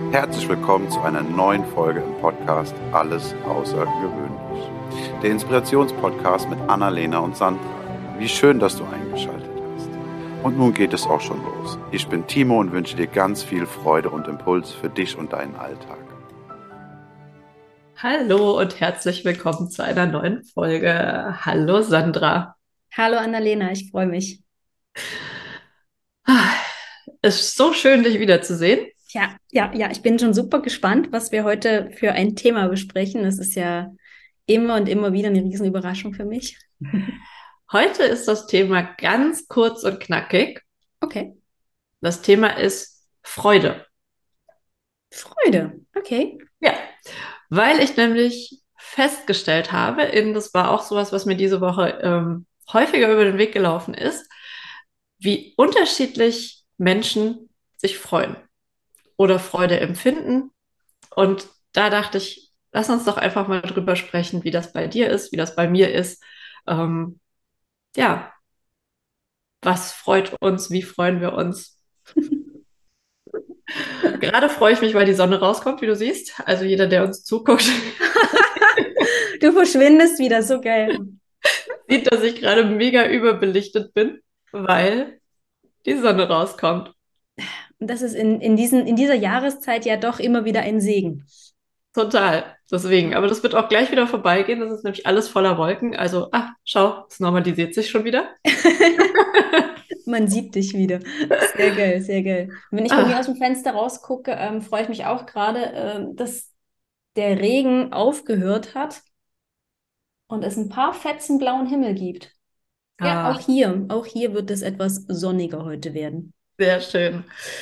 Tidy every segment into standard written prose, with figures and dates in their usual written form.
Herzlich willkommen zu einer neuen Folge im Podcast Alles Außergewöhnlich. Der Inspirationspodcast mit Annalena und Sandra. Wie schön, dass du eingeschaltet hast. Und nun geht es auch schon los. Ich bin Timo und wünsche dir ganz viel Freude und Impuls für dich und deinen Alltag. Hallo und herzlich willkommen zu einer neuen Folge. Hallo Sandra. Hallo Annalena, ich freue mich. Ah, Es ist so schön, dich wiederzusehen. Ja, ich bin schon super gespannt, was wir heute für ein Thema besprechen. Das ist ja immer und immer wieder eine Riesenüberraschung für mich. Heute ist das Thema ganz kurz und knackig. Okay, Das Thema ist Freude. Freude. Okay. Ja, weil ich nämlich festgestellt habe, das war auch sowas, was mir diese Woche häufiger über den Weg gelaufen ist, wie unterschiedlich Menschen sich freuen oder Freude empfinden. Und da dachte ich, lass uns doch einfach mal drüber sprechen, wie das bei dir ist, wie das bei mir ist. Ähm, ja, was freut uns, wie freuen wir uns? Gerade freue ich mich, weil die Sonne rauskommt, wie du siehst. Also jeder, der uns zuguckt, Du verschwindest wieder, so geil. sieht, dass ich gerade mega überbelichtet bin, weil die Sonne rauskommt. Und das ist in dieser Jahreszeit ja doch immer wieder ein Segen. Total. Deswegen. Aber das wird auch gleich wieder vorbeigehen. Das ist nämlich alles voller Wolken. Also, schau, es normalisiert sich schon wieder. Man sieht dich wieder. Sehr geil, sehr geil. Und wenn ich bei mir aus Ah, dem Fenster rausgucke, freue ich mich auch gerade, dass der Regen aufgehört hat und es ein paar Fetzen blauen Himmel gibt. Ja, ah, auch hier wird es etwas sonniger heute werden. sehr schön.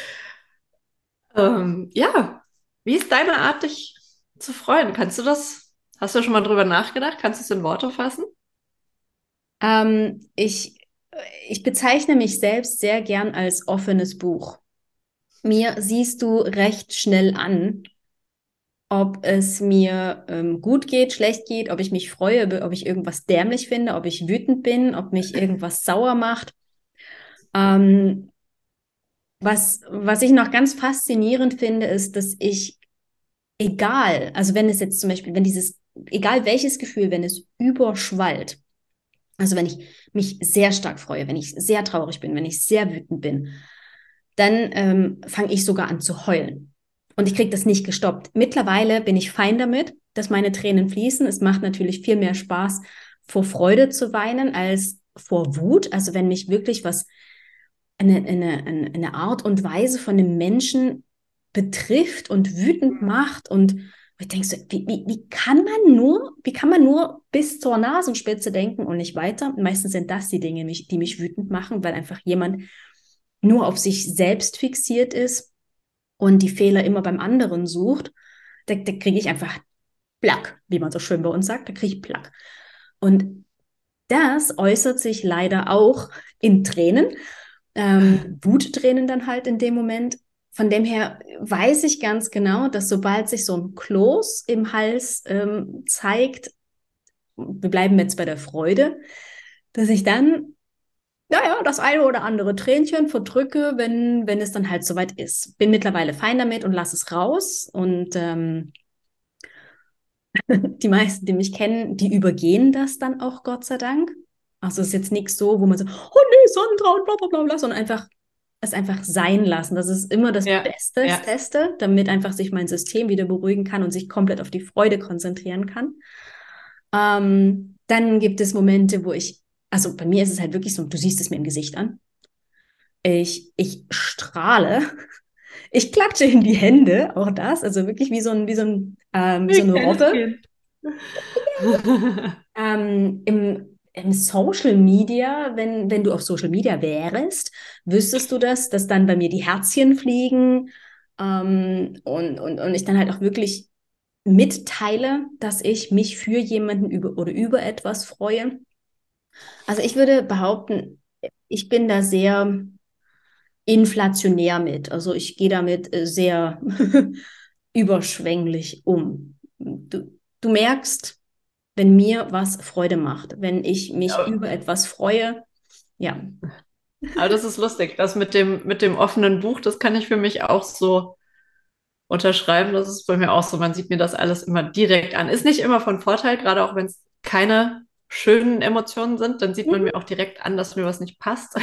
Ja, wie ist deine Art, dich zu freuen? Kannst du das? Hast du schon mal drüber nachgedacht? Kannst du es in Worte fassen? Ähm, ich, ich bezeichne mich selbst sehr gern als offenes Buch. Mir siehst du recht schnell an, ob es mir gut geht, schlecht geht, ob ich mich freue, ob ich irgendwas dämlich finde, ob ich wütend bin, ob mich irgendwas sauer macht. Ähm, was ich noch ganz faszinierend finde, ist, dass ich, egal, also wenn es jetzt zum Beispiel, wenn dieses, egal welches Gefühl, wenn es überschwallt, also wenn ich mich sehr stark freue, wenn ich sehr traurig bin, wenn ich sehr wütend bin, dann fange ich sogar an zu heulen. Und ich kriege das nicht gestoppt. Mittlerweile bin ich fein damit, dass meine Tränen fließen. Es macht natürlich viel mehr Spaß, vor Freude zu weinen als vor Wut. Also wenn mich wirklich was, eine Art und Weise von einem Menschen betrifft und wütend macht und ich denke so, wie kann man nur bis zur Nasenspitze denken und nicht weiter? Meistens sind das die Dinge, die mich wütend machen, weil einfach jemand nur auf sich selbst fixiert ist und die Fehler immer beim anderen sucht. Da kriege ich einfach Plack, wie man so schön bei uns sagt, da kriege ich Plack. Und das äußert sich leider auch in Tränen, Wuttränen dann halt in dem Moment. Von dem her weiß ich ganz genau, dass sobald sich so ein Kloß im Hals zeigt, wir bleiben jetzt bei der Freude, dass ich dann, naja, das eine oder andere Tränchen verdrücke, wenn es dann halt soweit ist. Bin mittlerweile fein damit und lasse es raus. Und die meisten, die mich kennen, die übergehen das dann auch, Gott sei Dank. Also es ist jetzt nichts so, wo man so, oh nee, Sandra und bla bla bla bla, sondern einfach es einfach sein lassen. Das ist immer das Ja, ja. Beste, damit einfach sich mein System wieder beruhigen kann und sich komplett auf die Freude konzentrieren kann. Dann gibt es Momente, wo ich, also bei mir ist es halt wirklich so, du siehst es mir im Gesicht an. Ich strahle, ich klatsche in die Hände, auch das, also wirklich wie so Wie ein eine kleines Robbe. Kind. Im Social Media, wenn du auf Social Media wärst, wüsstest du das, dass dann bei mir die Herzchen fliegen und ich dann halt auch wirklich mitteile, dass ich mich für jemanden über etwas freue. Also ich würde behaupten, ich bin da sehr inflationär mit. Also ich gehe damit sehr überschwänglich um. Du merkst, wenn mir was Freude macht, wenn ich mich Ja, über etwas freue, ja. aber das ist lustig. Das mit dem offenen Buch, das kann ich für mich auch so unterschreiben. Das ist bei mir auch so. Man sieht mir das alles immer direkt an. Ist nicht immer von Vorteil, gerade auch wenn es keine schönen Emotionen sind, dann sieht man Mhm. mir auch direkt an, dass mir was nicht passt.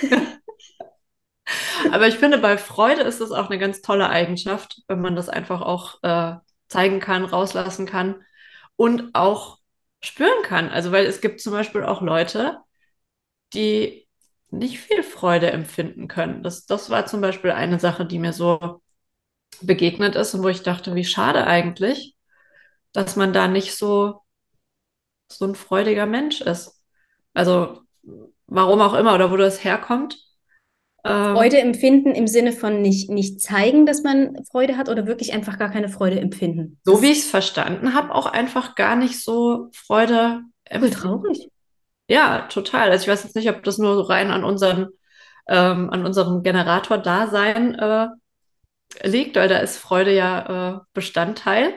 Aber ich finde, bei Freude ist es auch eine ganz tolle Eigenschaft, wenn man das einfach auch zeigen kann, rauslassen kann und auch spüren kann. Also, weil es gibt zum Beispiel auch Leute, die nicht viel Freude empfinden können. Das war zum Beispiel eine Sache, die mir so begegnet ist und wo ich dachte, wie schade eigentlich, dass man da nicht so ein freudiger Mensch ist. Also, warum auch immer oder wo das herkommt. Freude Ähm, empfinden im Sinne von nicht zeigen, dass man Freude hat oder wirklich einfach gar keine Freude empfinden. so wie Das ich es verstanden habe, auch einfach gar nicht so Freude ist voll empfinden. traurig. Ja, total. Also ich weiß jetzt nicht, ob das nur so rein an unserem Generator-Dasein liegt, weil da ist Freude ja Bestandteil.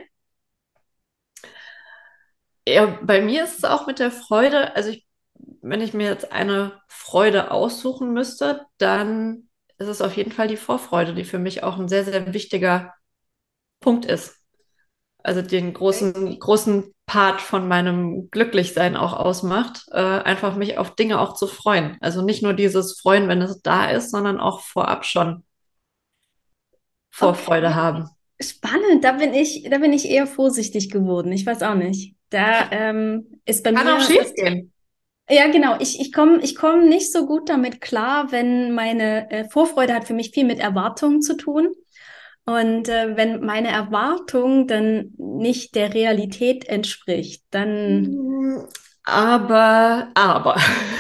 Ja, bei mir ist es auch mit der Freude, wenn ich mir jetzt eine Freude aussuchen müsste, dann ist es auf jeden Fall die Vorfreude, die für mich auch ein sehr, sehr wichtiger Punkt ist. Also den großen Part von meinem Glücklichsein auch ausmacht, einfach mich auf Dinge auch zu freuen. Also nicht nur dieses Freuen, wenn es da ist, sondern auch vorab schon Vorfreude Okay, haben. spannend. Da bin ich eher vorsichtig geworden. Ich weiß auch nicht. Da ist bei Kann auch mir schief das. gehen. Ja, genau. Ich komm nicht so gut damit klar, wenn meine Vorfreude hat für mich viel mit Erwartungen zu tun. Und wenn meine Erwartung dann nicht der Realität entspricht, dann Mm, aber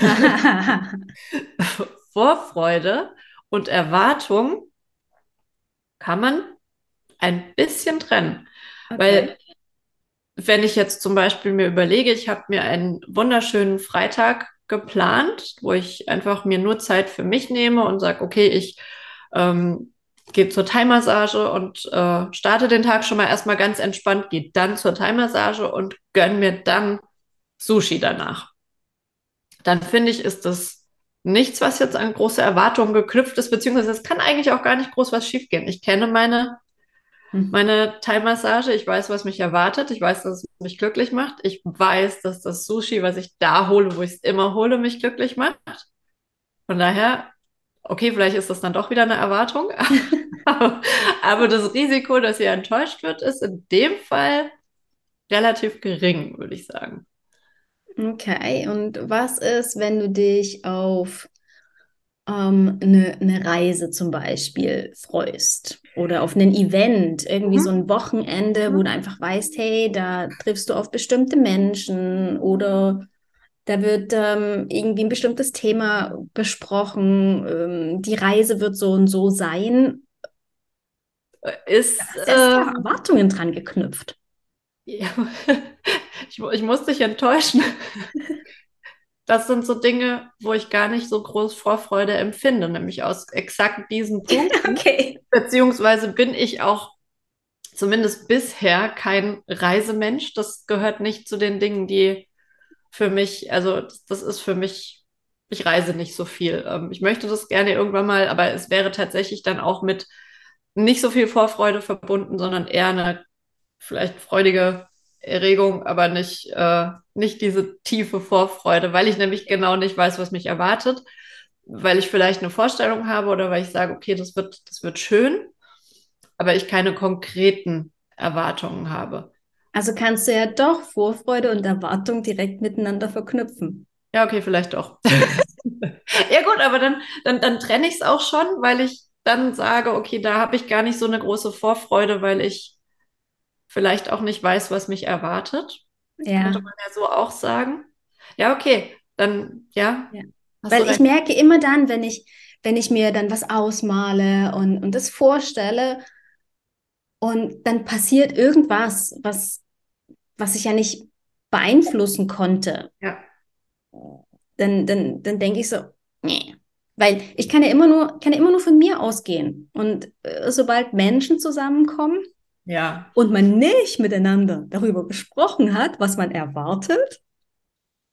Vorfreude und Erwartung kann man ein bisschen trennen. okay. Weil wenn ich jetzt zum Beispiel mir überlege, ich habe mir einen wunderschönen Freitag geplant, wo ich einfach mir nur Zeit für mich nehme und sage, okay, ich ähm, gehe zur Thai-Massage und starte den Tag schon mal erstmal ganz entspannt, gehe dann zur Thai-Massage und gönne mir dann Sushi danach. Dann finde ich, ist das nichts, was jetzt an große Erwartungen geknüpft ist, beziehungsweise es kann eigentlich auch gar nicht groß was schiefgehen. Ich kenne Hm. meine Thai-Massage, ich weiß, was mich erwartet, ich weiß, dass es mich glücklich macht, ich weiß, dass das Sushi, was ich da hole, wo ich es immer hole, mich glücklich macht. Von daher, okay, vielleicht ist das dann doch wieder eine Erwartung, aber das Risiko, dass sie enttäuscht wird, ist in dem Fall relativ gering, würde ich sagen. Okay, und was ist, wenn du dich auf eine Reise zum Beispiel freust oder auf ein Event, irgendwie so Mhm. ein Wochenende, wo du einfach weißt, hey, da triffst du auf bestimmte Menschen oder da wird irgendwie ein bestimmtes Thema besprochen, die Reise wird so und so sein. Da Ist, hast du ja sicher Erwartungen dran geknüpft. ja, ich muss dich enttäuschen. Das sind so Dinge, wo ich gar nicht so groß Vorfreude empfinde, nämlich aus exakt diesen Punkten. Okay. Beziehungsweise bin ich auch zumindest bisher kein Reisemensch. Das gehört nicht zu den Dingen, die für mich, also das ist für mich, ich reise nicht so viel. Ich möchte das gerne irgendwann mal, aber es wäre tatsächlich dann auch mit nicht so viel Vorfreude verbunden, sondern eher eine vielleicht freudige Erregung, aber nicht diese tiefe Vorfreude, weil ich nämlich genau nicht weiß, was mich erwartet, weil ich vielleicht eine Vorstellung habe oder weil ich sage, okay, das wird schön, aber ich keine konkreten Erwartungen habe. Also kannst du ja doch Vorfreude und Erwartung direkt miteinander verknüpfen. Ja, okay, vielleicht doch. Ja gut, aber dann trenne ich es auch schon, weil ich dann sage, okay, da habe ich gar nicht so eine große Vorfreude, weil ich vielleicht auch nicht weiß, was mich erwartet. Könnte Ja. man ja so auch sagen. Ja, okay, dann, ja, Ja. hast du Weil ich recht. merke immer dann, wenn ich mir dann was ausmale und das vorstelle und dann passiert irgendwas, was ich ja nicht beeinflussen konnte, Ja, dann denke ich so, nee. Weil ich kann ja immer nur von mir ausgehen. Und sobald Menschen zusammenkommen ja. und man nicht miteinander darüber gesprochen hat, was man erwartet,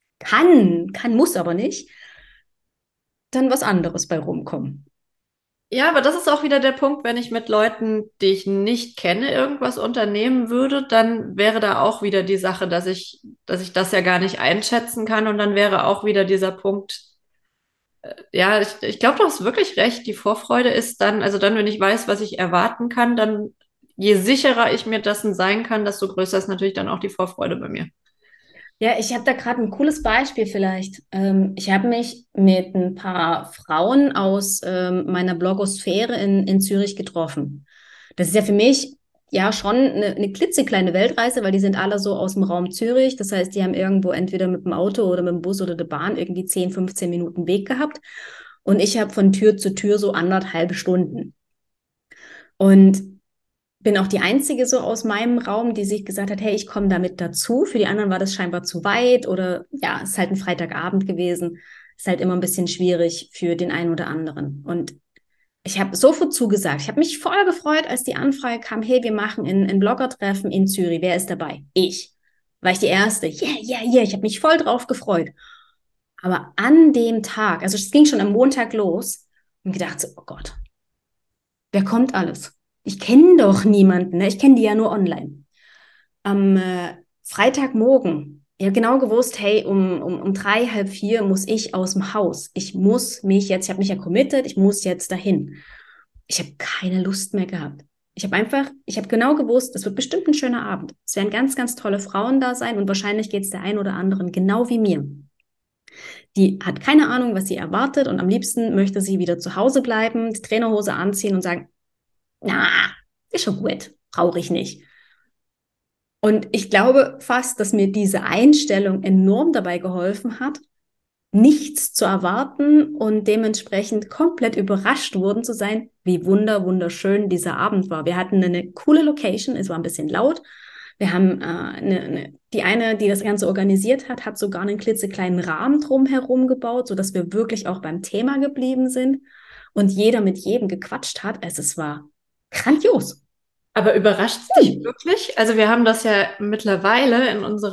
muss aber nicht, dann was anderes bei rumkommen. Ja, aber das ist auch wieder der Punkt, wenn ich mit Leuten, die ich nicht kenne, irgendwas unternehmen würde, dann wäre da auch wieder die Sache, dass ich das ja gar nicht einschätzen kann. Und dann wäre auch wieder dieser Punkt, ja, ich glaube, du hast wirklich recht. Die Vorfreude ist dann, also dann, wenn ich weiß, was ich erwarten kann, dann je sicherer ich mir dessen sein kann, desto größer ist natürlich dann auch die Vorfreude bei mir. Ja, ich habe da gerade ein cooles Beispiel vielleicht. Ich habe mich mit ein paar Frauen aus meiner Blogosphäre in Zürich getroffen. Das ist ja für mich ja schon eine klitzekleine Weltreise, weil die sind alle so aus dem Raum Zürich. Das heißt, die haben irgendwo entweder mit dem Auto oder mit dem Bus oder der Bahn irgendwie 10, 15 Minuten Weg gehabt. Und ich habe von Tür zu Tür so 1,5 Stunden. Und bin auch die Einzige so aus meinem Raum, die sich gesagt hat, hey, ich komme damit dazu. Für die anderen war das scheinbar zu weit oder ja, es ist halt ein Freitagabend gewesen. Ist halt immer ein bisschen schwierig für den einen oder anderen. Und ich habe sofort zugesagt. Ich habe mich voll gefreut, als die Anfrage kam, hey, wir machen ein Blogger-Treffen in Zürich. Wer ist dabei? Ich. War ich die Erste? Yeah, yeah, yeah. Ich habe mich voll drauf gefreut. Aber an dem Tag, also es ging schon am Montag los, und gedacht so, oh Gott, wer kommt alles? Ich kenne doch niemanden, ne? Ich kenne die ja nur online. Am Freitagmorgen, ich habe genau gewusst, hey, um 3, halb 4 muss ich aus dem Haus. Ich habe mich ja committed, ich muss jetzt dahin. Ich habe keine Lust mehr gehabt. Ich habe genau gewusst, das wird bestimmt ein schöner Abend. Es werden ganz, ganz tolle Frauen da sein und wahrscheinlich geht es der einen oder anderen genau wie mir. Die hat keine Ahnung, was sie erwartet und am liebsten möchte sie wieder zu Hause bleiben, die Trainerhose anziehen und sagen, na, ist schon gut, brauche ich nicht. Und ich glaube fast, dass mir diese Einstellung enorm dabei geholfen hat, nichts zu erwarten und dementsprechend komplett überrascht worden zu sein, wie wunderschön dieser Abend war. Wir hatten eine coole Location, es war ein bisschen laut. Wir haben die eine, die das Ganze organisiert hat, hat sogar einen klitzekleinen Rahmen drumherum gebaut, sodass wir wirklich auch beim Thema geblieben sind und jeder mit jedem gequatscht hat. Es war grandios. Aber überrascht es dich wirklich? Also wir haben das ja mittlerweile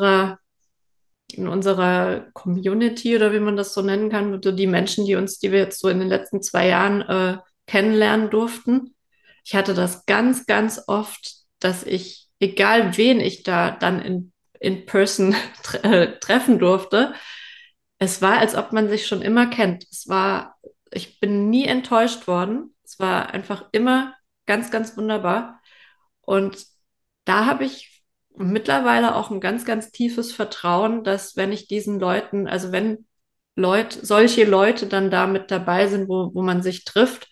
in unserer Community oder wie man das so nennen kann, so die Menschen, die wir jetzt so in den letzten 2 Jahren kennenlernen durften. Ich hatte das ganz, ganz oft, dass ich, egal wen ich da dann in person treffen durfte, es war, als ob man sich schon immer kennt. Ich bin nie enttäuscht worden. Es war einfach immer ganz, ganz wunderbar. Und da habe ich mittlerweile auch ein ganz, ganz tiefes Vertrauen, dass wenn ich diesen Leuten, also wenn solche Leute dann da mit dabei sind, wo man sich trifft,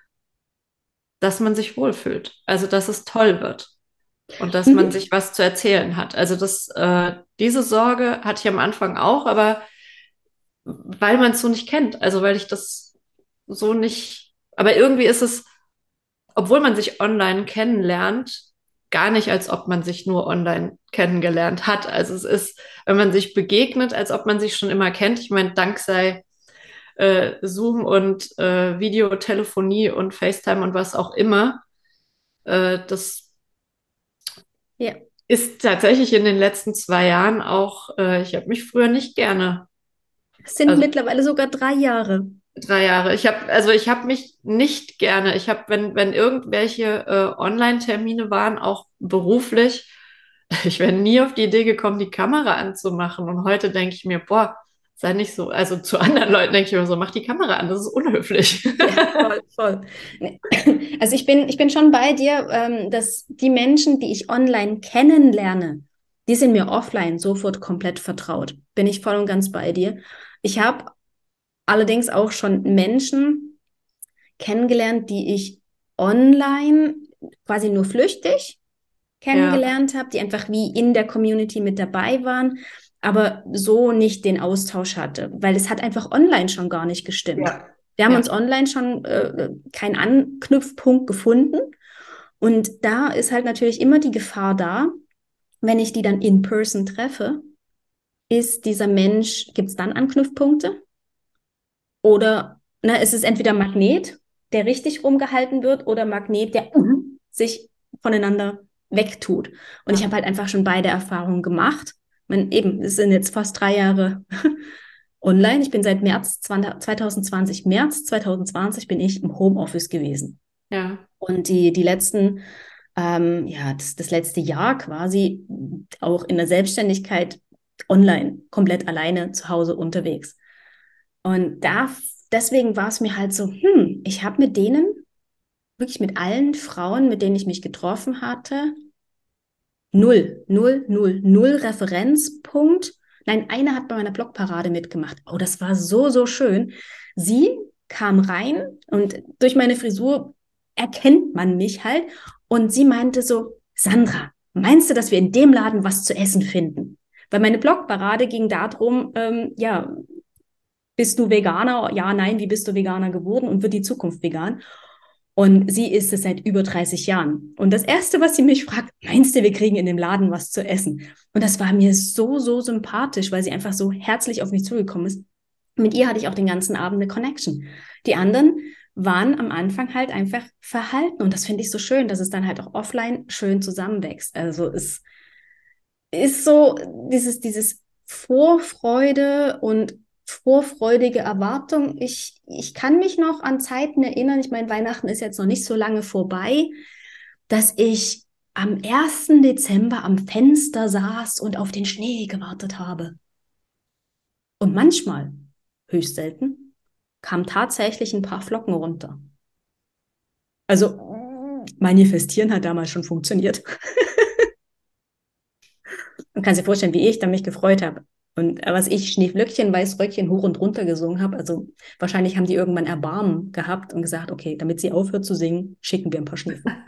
dass man sich wohlfühlt. Also, dass es toll wird und dass man Mhm. sich was zu erzählen hat. Also, diese Sorge hatte ich am Anfang auch, aber weil man es so nicht kennt, also weil ich das so nicht, aber irgendwie ist es, obwohl man sich online kennenlernt, gar nicht, als ob man sich nur online kennengelernt hat. Also es ist, wenn man sich begegnet, als ob man sich schon immer kennt. Ich meine, dank sei Zoom und Videotelefonie und FaceTime und was auch immer. Das Ja. ist tatsächlich in den letzten 2 Jahren auch, ich habe mich früher nicht gerne, Es sind also mittlerweile sogar 3 Jahre. 3 Jahre. Ich habe mich nicht gerne. Wenn irgendwelche Online-Termine waren, auch beruflich, ich wäre nie auf die Idee gekommen, die Kamera anzumachen. Und heute denke ich mir, boah, sei nicht so. Also zu anderen Leuten denke ich immer so, mach die Kamera an, das ist unhöflich. Ja, voll, voll. Nee. Also ich bin schon bei dir, dass die Menschen, die ich online kennenlerne, die sind mir offline sofort komplett vertraut. Bin ich voll und ganz bei dir. Ich habe allerdings auch schon Menschen kennengelernt, die ich online quasi nur flüchtig Ja, kennengelernt habe, die einfach wie in der Community mit dabei waren, aber so nicht den Austausch hatte, weil es hat einfach online schon gar nicht gestimmt. ja, Wir haben uns ja. online schon keinen Anknüpfpunkt gefunden und da ist halt natürlich immer die Gefahr da, wenn ich die dann in person treffe, ist dieser Mensch, gibt es dann Anknüpfpunkte oder ne, ist es entweder Magnet, der richtig rumgehalten wird oder Magnet, der sich voneinander wegtut. Und ich Ja. habe halt einfach schon beide Erfahrungen gemacht. Man, eben, es sind jetzt fast 3 Jahre online. Ich bin seit März 2020 bin ich im Homeoffice gewesen. Ja. Und die letzten, das letzte Jahr quasi auch in der Selbstständigkeit online, komplett alleine zu Hause unterwegs. Und deswegen war es mir halt so, ich habe mit denen, wirklich mit allen Frauen, mit denen ich mich getroffen hatte, null Referenzpunkt. Nein, eine hat bei meiner Blogparade mitgemacht. Oh, das war so, so schön. Sie kam rein und durch meine Frisur erkennt man mich halt. Und sie meinte so, Sandra, meinst du, dass wir in dem Laden was zu essen finden? Weil meine Blogparade ging darum, bist du Veganer? Ja, nein, wie bist du Veganer geworden und wird die Zukunft vegan? Und sie ist es seit über 30 Jahren. Und das Erste, was sie mich fragt, meinst du, wir kriegen in dem Laden was zu essen? Und das war mir so, so sympathisch, weil sie einfach so herzlich auf mich zugekommen ist. Mit ihr hatte ich auch den ganzen Abend eine Connection. Die anderen waren am Anfang halt einfach verhalten. Und das finde ich so schön, dass es dann halt auch offline schön zusammenwächst. Also es ist so dieses Vorfreude und vorfreudige Erwartung. Ich kann mich noch an Zeiten erinnern, ich meine, Weihnachten ist jetzt noch nicht so lange vorbei, dass ich am 1. Dezember am Fenster saß und auf den Schnee gewartet habe. Und manchmal, höchst selten, kamen tatsächlich ein paar Flocken runter. Also manifestieren hat damals schon funktioniert. Man kann sich vorstellen, wie ich dann mich gefreut habe. Und was ich Schneeflöckchen, Weißröckchen hoch und runter gesungen habe, also wahrscheinlich haben die irgendwann Erbarmen gehabt und gesagt, okay, damit sie aufhört zu singen, schicken wir ein paar Schneeflocken.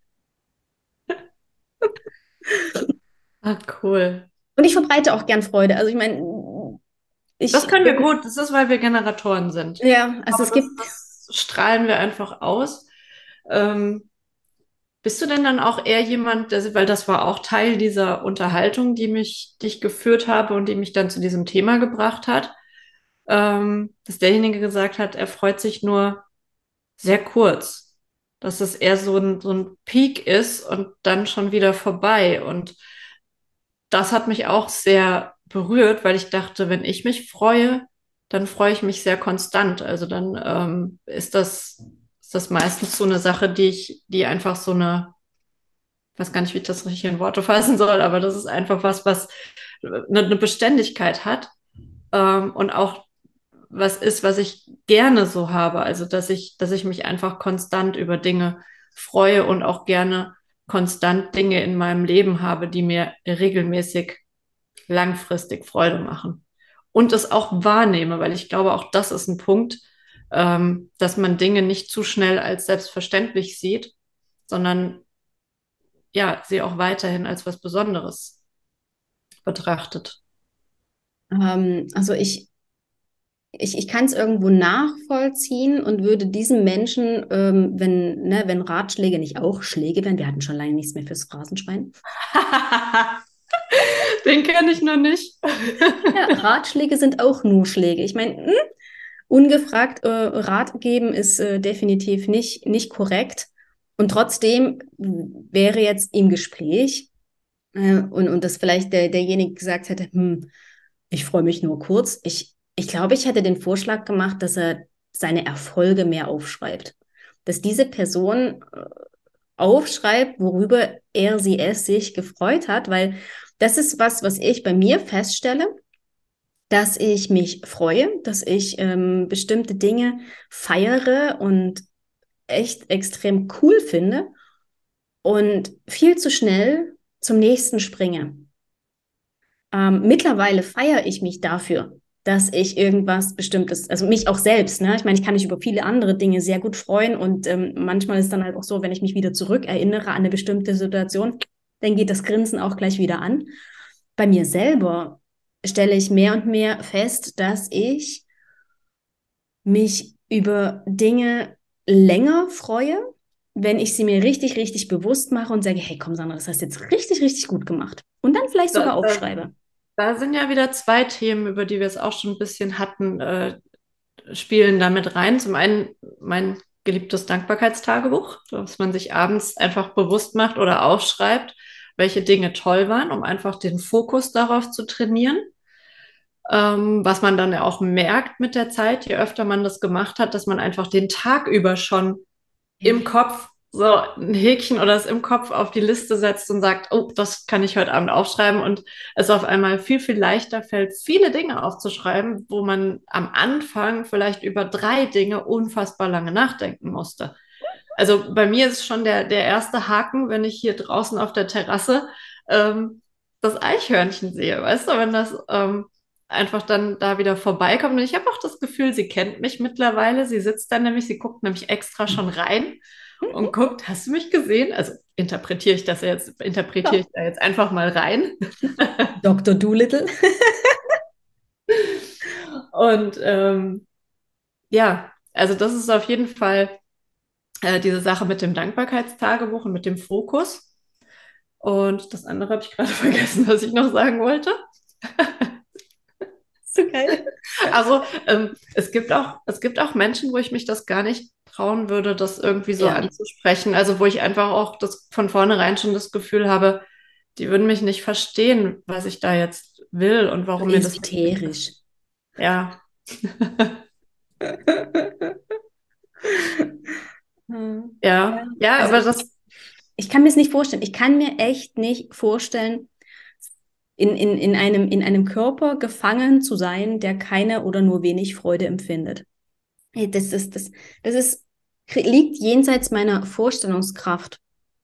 Ah, cool. Und ich verbreite auch gern Freude. Also ich meine, Das können wir gut. Das ist, weil wir Generatoren sind. Ja, also Aber es gibt. das strahlen wir einfach aus. Bist du denn dann auch eher jemand, weil das war auch Teil dieser Unterhaltung, die ich geführt habe und die mich dann zu diesem Thema gebracht hat, dass derjenige gesagt hat, er freut sich nur sehr kurz, dass es eher so ein Peak ist und dann schon wieder vorbei. Und das hat mich auch sehr berührt, weil ich dachte, wenn ich mich freue, dann freue ich mich sehr konstant. Also dann ist das meistens so eine Sache, die einfach so ich weiß gar nicht, wie ich das richtig in Worte fassen soll, aber das ist einfach was eine Beständigkeit hat, und auch was ist, was ich gerne so habe. Also dass ich mich einfach konstant über Dinge freue und auch gerne konstant Dinge in meinem Leben habe, die mir regelmäßig langfristig Freude machen. Und es auch wahrnehme, weil ich glaube, auch das ist ein Punkt, dass man Dinge nicht zu schnell als selbstverständlich sieht, sondern ja, sie auch weiterhin als was Besonderes betrachtet. Also ich kann es irgendwo nachvollziehen und würde diesen Menschen, wenn Ratschläge nicht auch Schläge wären, wir hatten schon lange nichts mehr fürs Phrasenschwein. Den kenne ich noch nicht. Ja, Ratschläge sind auch nur Schläge. Ich meine, ungefragt Rat geben ist definitiv nicht korrekt. Und trotzdem wäre jetzt im Gespräch und das vielleicht derjenige gesagt hätte, ich freue mich nur kurz. Ich glaube, ich hätte den Vorschlag gemacht, dass er seine Erfolge mehr aufschreibt. Dass diese Person aufschreibt, worüber es sich gefreut hat, weil das ist was ich bei mir feststelle, dass ich mich freue, dass ich bestimmte Dinge feiere und echt extrem cool finde und viel zu schnell zum nächsten springe. Mittlerweile feiere ich mich dafür, dass ich irgendwas Bestimmtes, also mich auch selbst, ne? Ich meine, ich kann mich über viele andere Dinge sehr gut freuen und manchmal ist dann halt auch so, wenn ich mich wieder zurückerinnere an eine bestimmte Situation, dann geht das Grinsen auch gleich wieder an. Bei mir selber stelle ich mehr und mehr fest, dass ich mich über Dinge länger freue, wenn ich sie mir richtig, richtig bewusst mache und sage, hey, komm, Sandra, das hast du jetzt richtig, richtig gut gemacht. Und dann vielleicht sogar Da, da, aufschreibe. da sind ja wieder zwei Themen, über die wir es auch schon ein bisschen hatten, spielen damit rein. Zum einen mein geliebtes Dankbarkeitstagebuch, dass man sich abends einfach bewusst macht oder aufschreibt, welche Dinge toll waren, um einfach den Fokus darauf zu trainieren. was man dann ja auch merkt mit der Zeit, je öfter man das gemacht hat, dass man einfach den Tag über schon im Kopf so ein Häkchen oder es im Kopf auf die Liste setzt und sagt, oh, das kann ich heute Abend aufschreiben und es auf einmal viel, viel leichter fällt, viele Dinge aufzuschreiben, wo man am Anfang vielleicht über 3 Dinge unfassbar lange nachdenken musste. Also bei mir ist schon der erste Haken, wenn ich hier draußen auf der Terrasse das Eichhörnchen sehe, weißt du, wenn das einfach dann da wieder vorbeikommt. Und ich habe auch das Gefühl, sie kennt mich mittlerweile. Sie sitzt dann nämlich, sie guckt nämlich extra schon rein und guckt, hast du mich gesehen? Also interpretiere Ja. ich da jetzt einfach mal rein. Dr. Dolittle. Und ja, also das ist auf jeden Fall diese Sache mit dem Dankbarkeitstagebuch und mit dem Fokus. Und das andere habe ich gerade vergessen, was ich noch sagen wollte. So geil. Also es gibt auch Menschen, wo ich mich das gar nicht trauen würde, das irgendwie so Ja, anzusprechen. Also wo ich einfach auch das von vornherein schon das Gefühl habe, die würden mich nicht verstehen, was ich da jetzt will und so warum mir das wichtig ist. esoterisch. Ja, Hm. Ja, ja, also aber das, ich kann mir es nicht vorstellen. Ich kann mir echt nicht vorstellen, in einem Körper gefangen zu sein, der keine oder nur wenig Freude empfindet. Hey, das ist, liegt jenseits meiner Vorstellungskraft.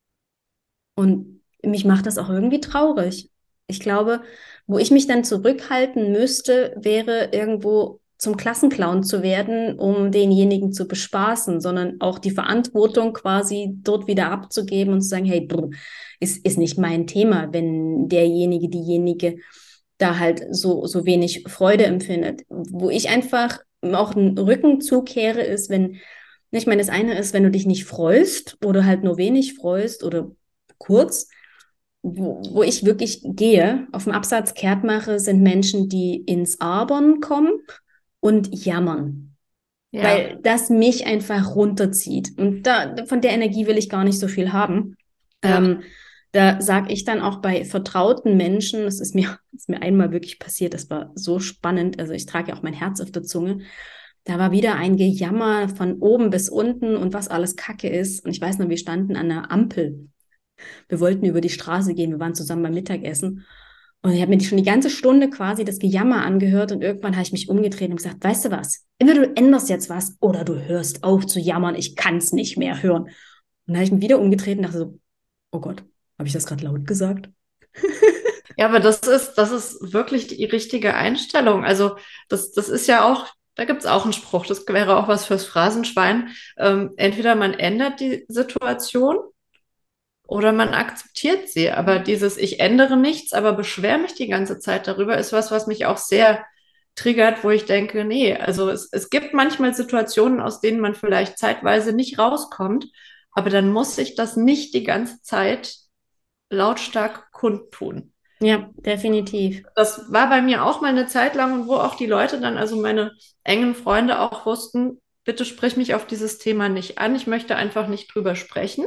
Und mich macht das auch irgendwie traurig. Ich glaube, wo ich mich dann zurückhalten müsste, wäre irgendwo zum Klassenclown zu werden, um denjenigen zu bespaßen, sondern auch die Verantwortung quasi dort wieder abzugeben und zu sagen, hey, ist nicht mein Thema, wenn derjenige, diejenige da halt so wenig Freude empfindet. Wo ich einfach auch einen Rücken zukehre, ist, wenn, ich meine, das eine ist, wenn du dich nicht freust oder halt nur wenig freust oder kurz, wo ich wirklich gehe, auf dem Absatz kehrt mache, sind Menschen, die ins Abern kommen und jammern, ja, weil das mich einfach runterzieht. Und von der Energie will ich gar nicht so viel haben. ja, Ähm, Da sage ich dann auch bei vertrauten Menschen, das ist mir einmal wirklich passiert, das war so spannend, also ich trage ja auch mein Herz auf der Zunge, da war wieder ein Gejammer von oben bis unten und was alles Kacke ist. Und ich weiß noch, wir standen an der Ampel. Wir wollten über die Straße gehen, wir waren zusammen beim Mittagessen. Und ich habe mir schon die ganze Stunde quasi das Gejammer angehört und irgendwann habe ich mich umgedreht und gesagt, weißt du was, entweder du änderst jetzt was oder du hörst auf zu jammern, ich kann es nicht mehr hören. Und dann habe ich mich wieder umgedreht und dachte so, oh Gott, habe ich das gerade laut gesagt? ja, aber das ist wirklich die richtige Einstellung. Also das ist ja auch, da gibt es auch einen Spruch, das wäre auch was fürs Phrasenschwein. Entweder man ändert die Situation oder man akzeptiert sie. Aber dieses Ich ändere nichts, aber beschwere mich die ganze Zeit darüber, ist was, was mich auch sehr triggert, wo ich denke, nee, also es gibt manchmal Situationen, aus denen man vielleicht zeitweise nicht rauskommt, aber dann muss ich das nicht die ganze Zeit lautstark kundtun. Ja, definitiv. Das war bei mir auch mal eine Zeit lang und wo auch die Leute dann, also meine engen Freunde auch wussten, bitte sprich mich auf dieses Thema nicht an, ich möchte einfach nicht drüber sprechen.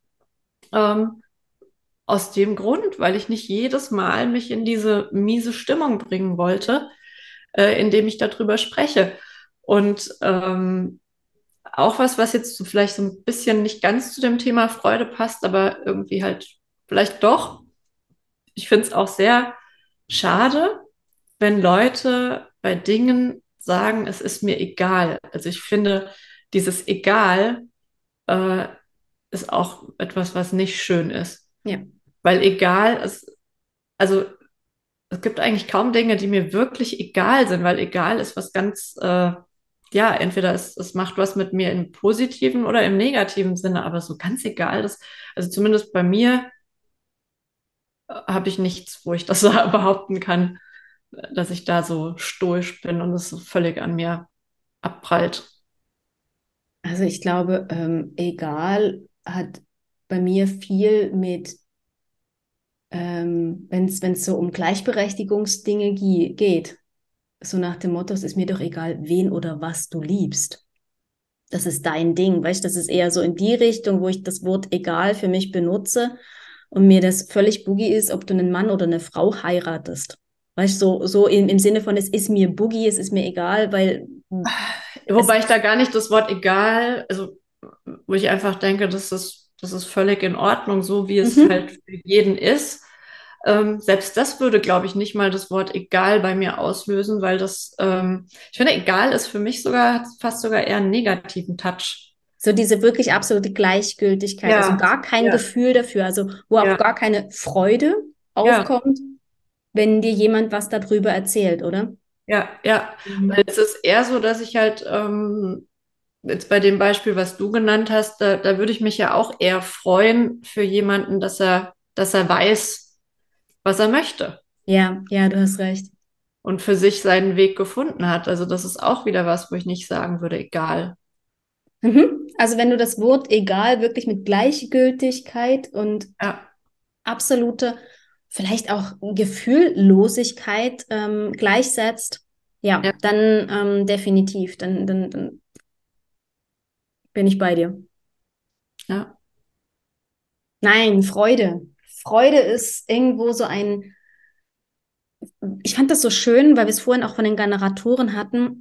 Ähm, Aus dem Grund, weil ich nicht jedes Mal mich in diese miese Stimmung bringen wollte, indem ich darüber spreche. Und auch was jetzt so vielleicht so ein bisschen nicht ganz zu dem Thema Freude passt, aber irgendwie halt vielleicht doch. Ich finde es auch sehr schade, wenn Leute bei Dingen sagen, es ist mir egal. Also ich finde, dieses Egal äh, ist auch etwas, was nicht schön ist. Ja. Weil egal ist, also es gibt eigentlich kaum Dinge, die mir wirklich egal sind, weil egal ist was ganz, ja, entweder es macht was mit mir im positiven oder im negativen Sinne, aber so ganz egal, also zumindest bei mir habe ich nichts, wo ich das behaupten kann, dass ich da so stoisch bin und es so völlig an mir abprallt. Also ich glaube, egal hat bei mir viel mit, wenn es so um Gleichberechtigungsdinge geht, so nach dem Motto, es ist mir doch egal, wen oder was du liebst. Das ist dein Ding, weißt du, das ist eher so in die Richtung, wo ich das Wort egal für mich benutze und mir das völlig boogie ist, ob du einen Mann oder eine Frau heiratest. Weißt du, so im Sinne von, es ist mir Boogie, es ist mir egal, weil Wobei ich da gar nicht das Wort egal, also wo ich einfach denke, das ist völlig in Ordnung, so wie es mhm. halt für jeden ist. Selbst das würde, glaube ich, nicht mal das Wort egal bei mir auslösen, weil ich finde, egal ist für mich sogar, hat fast sogar eher einen negativen Touch. So diese wirklich absolute Gleichgültigkeit, also Ja, gar kein ja, Gefühl dafür, also wo auch ja, gar keine Freude ja, aufkommt, wenn dir jemand was darüber erzählt, oder? ja, ja. Weil Mhm. es ist eher so, dass ich halt jetzt bei dem Beispiel, was du genannt hast, da würde ich mich ja auch eher freuen für jemanden, dass er weiß, was er möchte Ja, ja, du hast recht. und für sich seinen Weg gefunden hat. Also das ist auch wieder was, wo ich nicht sagen würde, egal. Mhm. Also wenn du das Wort egal wirklich mit Gleichgültigkeit und Ja, absolute, vielleicht auch Gefühllosigkeit gleichsetzt, ja, ja, dann definitiv, dann bin ich bei dir. ja, Nein, Freude. Freude ist irgendwo so ein, ich fand das so schön, weil wir es vorhin auch von den Generatoren hatten,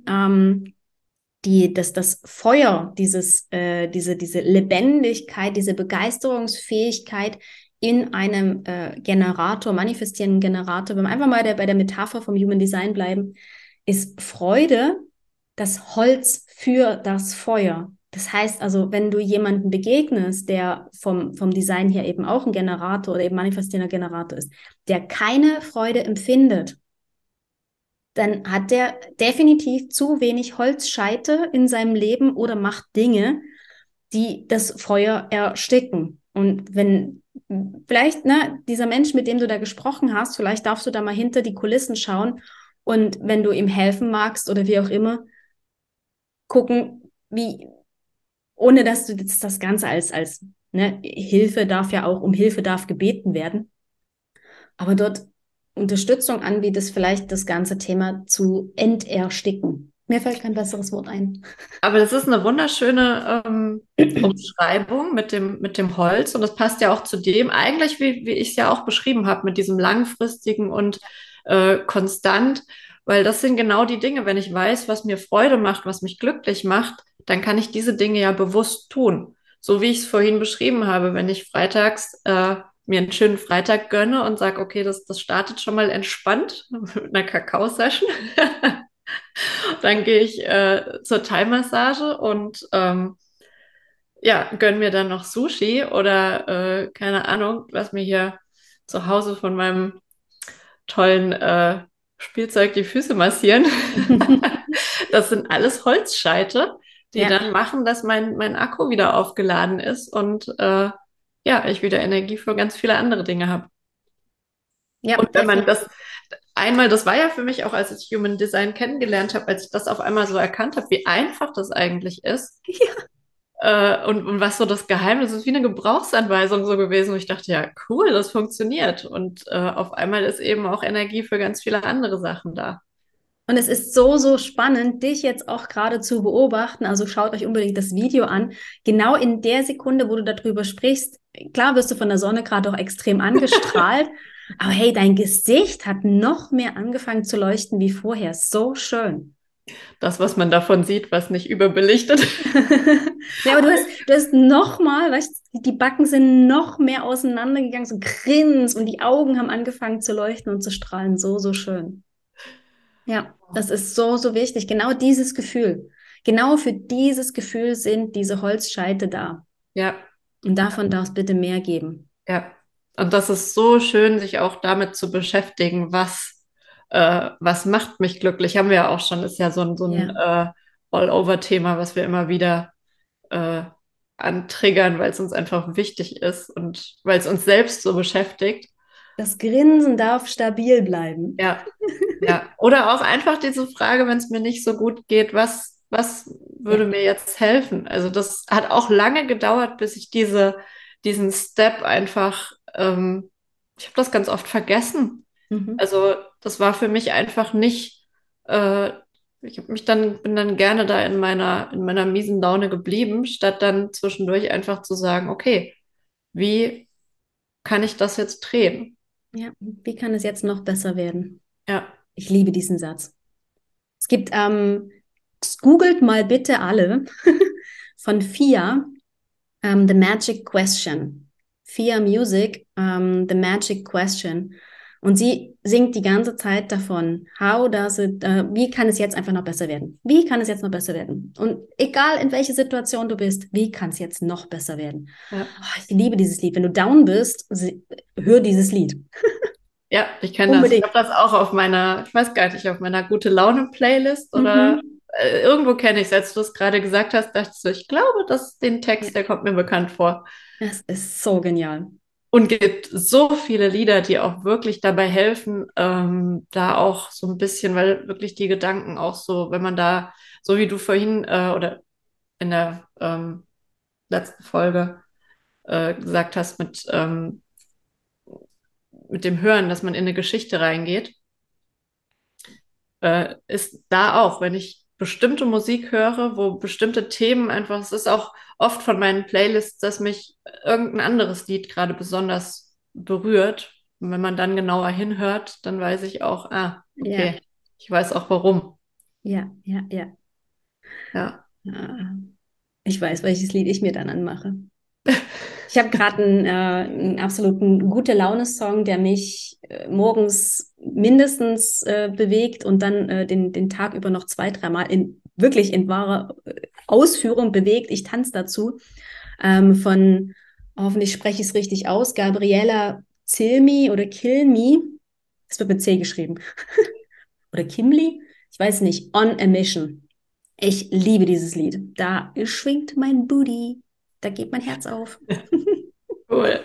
das Feuer, diese Lebendigkeit, diese Begeisterungsfähigkeit in einem Generator, manifestierenden Generator, wenn wir einfach mal bei der Metapher vom Human Design bleiben, ist Freude das Holz für das Feuer. Das heißt also, wenn du jemanden begegnest, der vom Design her eben auch ein Generator oder eben manifestierender Generator ist, der keine Freude empfindet, dann hat der definitiv zu wenig Holzscheite in seinem Leben oder macht Dinge, die das Feuer ersticken. Und wenn vielleicht, ne, dieser Mensch, mit dem du da gesprochen hast, vielleicht darfst du da mal hinter die Kulissen schauen und wenn du ihm helfen magst oder wie auch immer, gucken, wie, ohne dass du das Ganze als ne, Hilfe darf ja auch, um Hilfe darf gebeten werden, aber dort Unterstützung anbietest, vielleicht das ganze Thema zu entersticken. Mir fällt kein besseres Wort ein. aber das ist eine wunderschöne Umschreibung mit dem Holz und das passt ja auch zu dem, eigentlich, wie ich es ja auch beschrieben habe, mit diesem langfristigen und konstant, weil das sind genau die Dinge, wenn ich weiß, was mir Freude macht, was mich glücklich macht, dann kann ich diese Dinge ja bewusst tun. So wie ich es vorhin beschrieben habe, wenn ich freitags mir einen schönen Freitag gönne und sage, okay, das startet schon mal entspannt mit einer Kakao-Session. Dann gehe ich zur Thai-Massage und ja, gönn mir dann noch Sushi oder keine Ahnung, lass mir hier zu Hause von meinem tollen Spielzeug die Füße massieren. Das sind alles Holzscheite, die Ja, dann machen, dass mein Akku wieder aufgeladen ist und ja, ich wieder Energie für ganz viele andere Dinge habe. ja, Und wenn man definitiv. das einmal, das war ja für mich auch, als ich Human Design kennengelernt habe, als ich das auf einmal so erkannt habe, wie einfach das eigentlich ist. Und was so das Geheimnis ist, wie eine Gebrauchsanweisung so gewesen. Und ich dachte, ja, cool, das funktioniert. Und auf einmal ist eben auch Energie für ganz viele andere Sachen da. Und es ist so, so spannend, dich jetzt auch gerade zu beobachten. Also schaut euch unbedingt das Video an. Genau in der Sekunde, wo du darüber sprichst, klar wirst du von der Sonne gerade auch extrem angestrahlt. Aber hey, dein Gesicht hat noch mehr angefangen zu leuchten wie vorher. So schön. Das, was man davon sieht, was nicht überbelichtet. Ja, aber du hast noch mal, weißt, die Backen sind noch mehr auseinandergegangen, so Grins und die Augen haben angefangen zu leuchten und zu strahlen. So, so schön. Ja, das ist so, so wichtig. Genau dieses Gefühl. Genau für dieses Gefühl sind diese Holzscheite da. Ja, Und davon darf es bitte mehr geben. ja. Und das ist so schön, sich auch damit zu beschäftigen, was macht mich glücklich. Haben wir ja auch schon, ist ja so ein Ja. All-over-Thema, was wir immer wieder äh, antriggern, weil es uns einfach wichtig ist und weil es uns selbst so beschäftigt. Das Grinsen darf stabil bleiben. Ja, ja. Oder auch einfach diese Frage, wenn es mir nicht so gut geht, was Ja. würde mir jetzt helfen? Also das hat auch lange gedauert, bis ich diesen Step einfach, ich habe das ganz oft vergessen. Mhm. Also das war für mich einfach nicht, äh, ich habe mich dann, bin dann gerne da in meiner miesen Laune geblieben, statt dann zwischendurch einfach zu sagen, okay, wie kann ich das jetzt drehen? Ja. Wie kann es jetzt noch besser werden? Ja. Ich liebe diesen Satz. Es gibt, googelt mal bitte alle von Fia, The Magic Question. Fia Music, The Magic Question. Und sie singt die ganze Zeit davon, wie kann es jetzt einfach noch besser werden? Wie kann es jetzt noch besser werden? Und egal in welche Situation du bist, wie kann es jetzt noch besser werden? Ja. Oh, ich liebe dieses Lied. Wenn du down bist, hör dieses Lied. Ja, ich kenne das. Ich Unbedingt. habe das auch auf meiner, ich weiß gar nicht, auf meiner Gute-Laune-Playlist oder irgendwo kenne ich es. Als du es gerade gesagt hast, dachte ich so, ich glaube, den Text, der kommt mir bekannt vor. Das ist so genial. Und gibt so viele Lieder, die auch wirklich dabei helfen, da auch so ein bisschen, weil wirklich die Gedanken auch so, wenn man da, so wie du vorhin oder in der letzten Folge gesagt hast, mit dem Hören, dass man in eine Geschichte reingeht, ist da auch, wenn ich bestimmte Musik höre, wo bestimmte Themen einfach, es ist auch oft von meinen Playlists, dass mich irgendein anderes Lied gerade besonders berührt. Und wenn man dann genauer hinhört, dann weiß ich auch, okay, Ja, ich weiß auch warum. ja. Ja. Ich weiß, welches Lied ich mir dann anmache. Ich habe gerade einen absoluten Gute-Laune-Song, der mich morgens mindestens bewegt und dann den Tag über noch 2, 3 Mal wirklich in wahrer Ausführung bewegt. Ich tanze dazu. Von, hoffentlich spreche ich es richtig aus, Gabriella Cilmi oder Kilmi. Es wird mit C geschrieben. Oder Kimli? Ich weiß nicht. On a Mission. Ich liebe dieses Lied. Da schwingt mein Booty. Da geht mein Herz auf. Cool.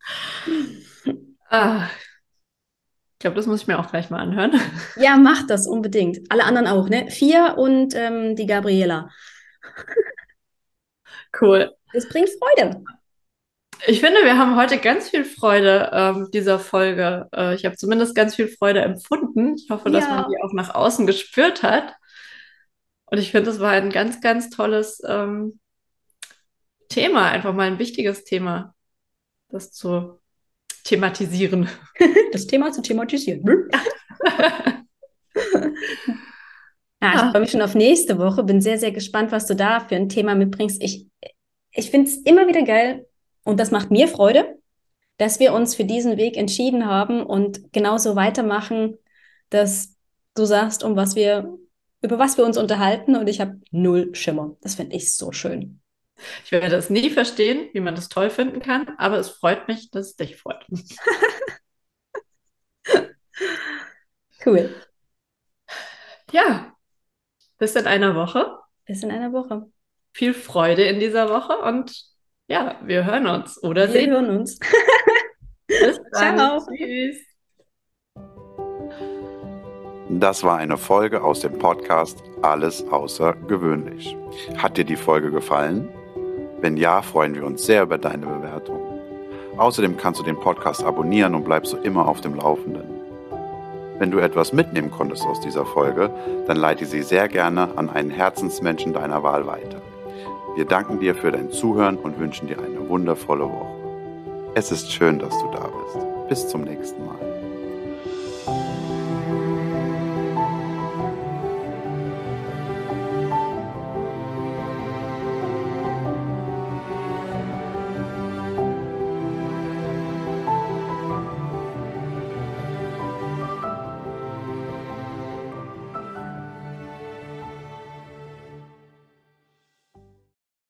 Ich glaube, das muss ich mir auch gleich mal anhören. Ja, mach das unbedingt. Alle anderen auch, ne? Fia und die Gabriela. Cool. Das bringt Freude. Ich finde, wir haben heute ganz viel Freude mit dieser Folge. Ich habe zumindest ganz viel Freude empfunden. Ich hoffe, dass man Ja, die auch nach außen gespürt hat. Und ich finde, es war ein ganz, ganz tolles Thema, einfach mal ein wichtiges Thema, das zu thematisieren. das Thema zu thematisieren. Ja, ich Ah, freue mich schon auf nächste Woche. Bin sehr, sehr gespannt, was du da für ein Thema mitbringst. Ich finde es immer wieder geil und das macht mir Freude, dass wir uns für diesen Weg entschieden haben und genauso weitermachen, dass du sagst, über was wir uns unterhalten und ich habe null Schimmer. Das finde ich so schön. ich werde es nie verstehen, wie man das toll finden kann, aber es freut mich, dass es dich freut. Cool. Ja, bis in einer Woche. Bis in einer Woche. Viel Freude in dieser Woche und ja, wir hören uns oder Wir sehen hören uns. uns. Bis dann. Ciao. Tschüss. Das war eine Folge aus dem Podcast Alles außergewöhnlich. Hat dir die Folge gefallen? Wenn ja, freuen wir uns sehr über deine Bewertung. Außerdem kannst du den Podcast abonnieren und bleibst so immer auf dem Laufenden. Wenn du etwas mitnehmen konntest aus dieser Folge, dann leite sie sehr gerne an einen Herzensmenschen deiner Wahl weiter. Wir danken dir für dein Zuhören und wünschen dir eine wundervolle Woche. Es ist schön, dass du da bist. Bis zum nächsten Mal.